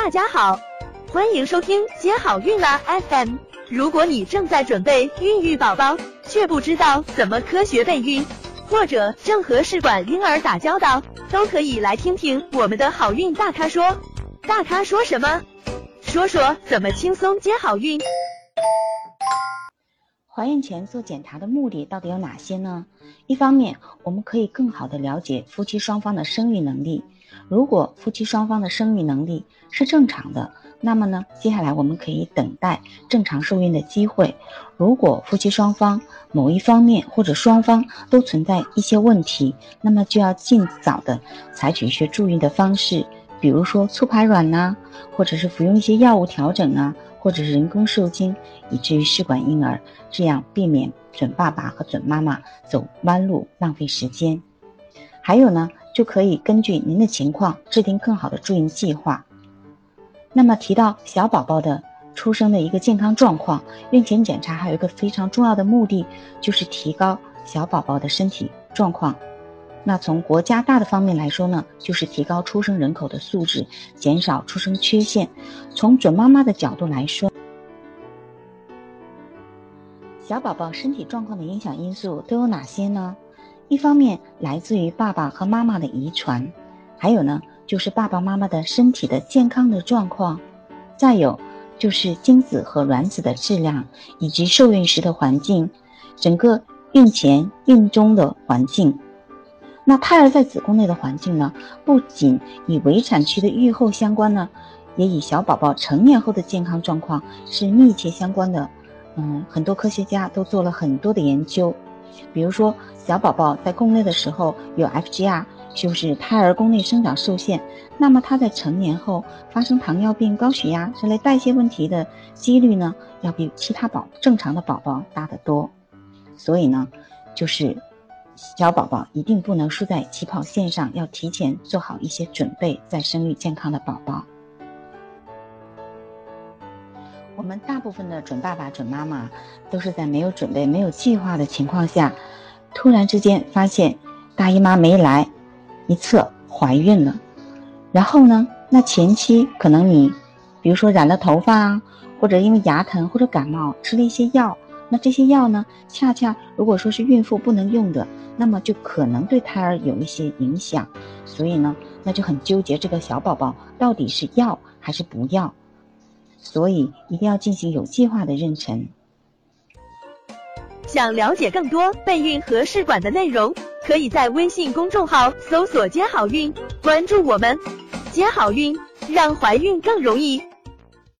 大家好，欢迎收听接好运啦 FM。如果你正在准备孕育宝宝，却不知道怎么科学备孕，或者正和试管婴儿打交道，都可以来听听我们的好运大咖说。大咖说什么？说说怎么轻松接好运。 怀孕前做检查的目的到底有哪些呢？一方面，我们可以更好地了解夫妻双方的生育能力。如果夫妻双方的生育能力是正常的，那么呢，接下来我们可以等待正常受孕的机会。如果夫妻双方某一方面或者双方都存在一些问题，那么就要尽早的采取一些助孕的方式，比如说促排卵呐，或者是服用一些药物调整啊，或者是人工受精，以至于试管婴儿，这样避免准爸爸和准妈妈走弯路，浪费时间。还有呢，就可以根据您的情况制定更好的助孕计划。那么提到小宝宝的出生的一个健康状况，孕前检查还有一个非常重要的目的，就是提高小宝宝的身体状况。那从国家大的方面来说呢，就是提高出生人口的素质，减少出生缺陷。从准妈妈的角度来说，小宝宝身体状况的影响因素都有哪些呢？一方面来自于爸爸和妈妈的遗传，还有呢就是爸爸妈妈的身体的健康的状况，再有就是精子和卵子的质量，以及受孕时的环境，整个孕前孕中的环境。那胎儿在子宫内的环境呢，不仅与围产期的预后相关呢，也与小宝宝成年后的健康状况是密切相关的。很多科学家都做了很多的研究，比如说小宝宝在宫内的时候有 FGR， 就是胎儿宫内生长受限，那么他在成年后发生糖尿病、高血压这类代谢问题的几率呢，要比其他正常的宝宝大得多。所以呢，就是小宝宝一定不能输在起跑线上，要提前做好一些准备，再生育健康的宝宝。我们大部分的准爸爸准妈妈都是在没有准备没有计划的情况下，突然之间发现大姨妈没来，一测怀孕了。然后呢，那前期可能你比如说染了头发啊，或者因为牙疼或者感冒吃了一些药，那这些药呢恰恰如果说是孕妇不能用的，那么就可能对胎儿有一些影响。所以呢，那就很纠结这个小宝宝到底是要还是不要，所以一定要进行有计划的妊娠。 想了解更多备孕和试管的内容，可以在微信公众号搜索接好运，关注我们。接好运，让怀孕更容易。